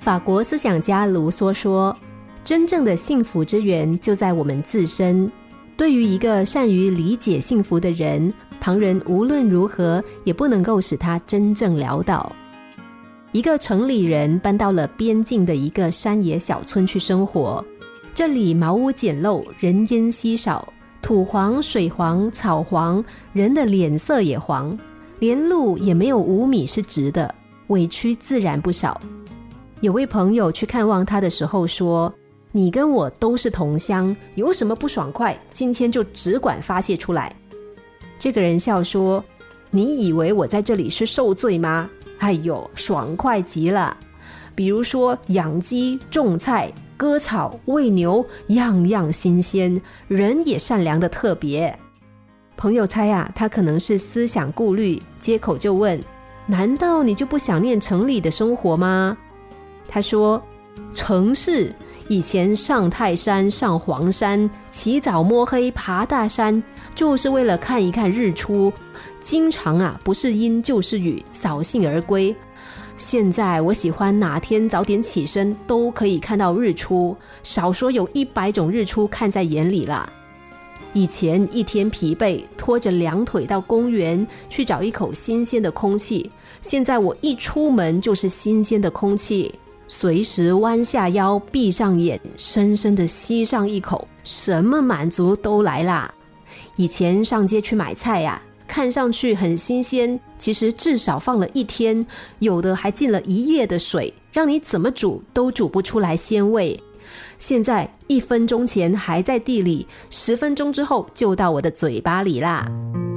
法国思想家卢梭说，真正的幸福之源就在我们自身。对于一个善于理解幸福的人，旁人无论如何也不能够使他真正潦倒。一个城里人搬到了边境的一个山野小村去生活，这里茅屋简陋，人烟稀少，土黄、水黄、草黄，人的脸色也黄，连路也没有5米是直的，委屈自然不少。有位朋友去看望他的时候说，你跟我都是同乡，有什么不爽快，今天就只管发泄出来。这个人笑说，你以为我在这里是受罪吗？哎呦，爽快极了。比如说养鸡、种菜、割草、喂牛，样样新鲜，人也善良的特别。朋友猜啊，他可能是思想顾虑，接口就问，难道你就不想念城里的生活吗？他说，城市以前上泰山、上黄山，起早摸黑爬大山，就是为了看一看日出，经常啊不是阴就是雨，扫兴而归。现在我喜欢哪天早点起身都可以看到日出，少说有100种日出看在眼里啦。以前一天疲惫，拖着2腿到公园去找一口新鲜的空气，现在我一出门就是新鲜的空气，随时弯下腰，闭上眼，深深地吸上一口，什么满足都来啦。以前上街去买菜啊，看上去很新鲜，其实至少放了1天，有的还进了1夜的水，让你怎么煮都煮不出来鲜味。现在1分钟前还在地里，10分钟之后就到我的嘴巴里啦。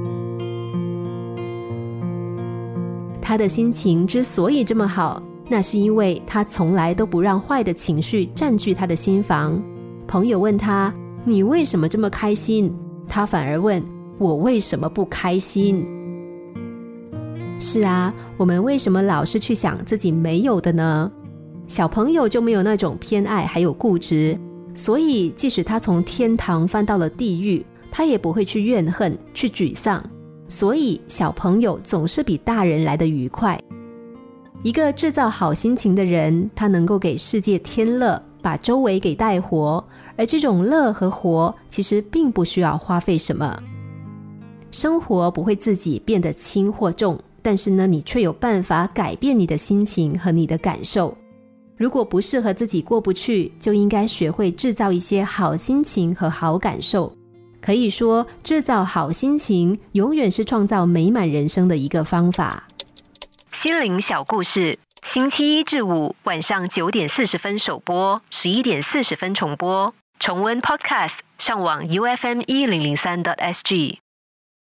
他的心情之所以这么好，那是因为他从来都不让坏的情绪占据他的心房。朋友问他，你为什么这么开心？他反而问，我为什么不开心？是啊，我们为什么老是去想自己没有的呢？小朋友就没有那种偏爱还有固执，所以即使他从天堂翻到了地狱，他也不会去怨恨，去沮丧。所以小朋友总是比大人来得愉快。一个制造好心情的人，他能够给世界添乐，把周围给带活，而这种乐和活其实并不需要花费什么。生活不会自己变得轻或重，但是呢，你却有办法改变你的心情和你的感受。如果不适合自己过不去，就应该学会制造一些好心情和好感受。可以说，制造好心情永远是创造美满人生的一个方法。心灵小故事，星期1至5晚上9点40分首播，11点40分重播。重温 Podcast， 上网 UFM1003.SG。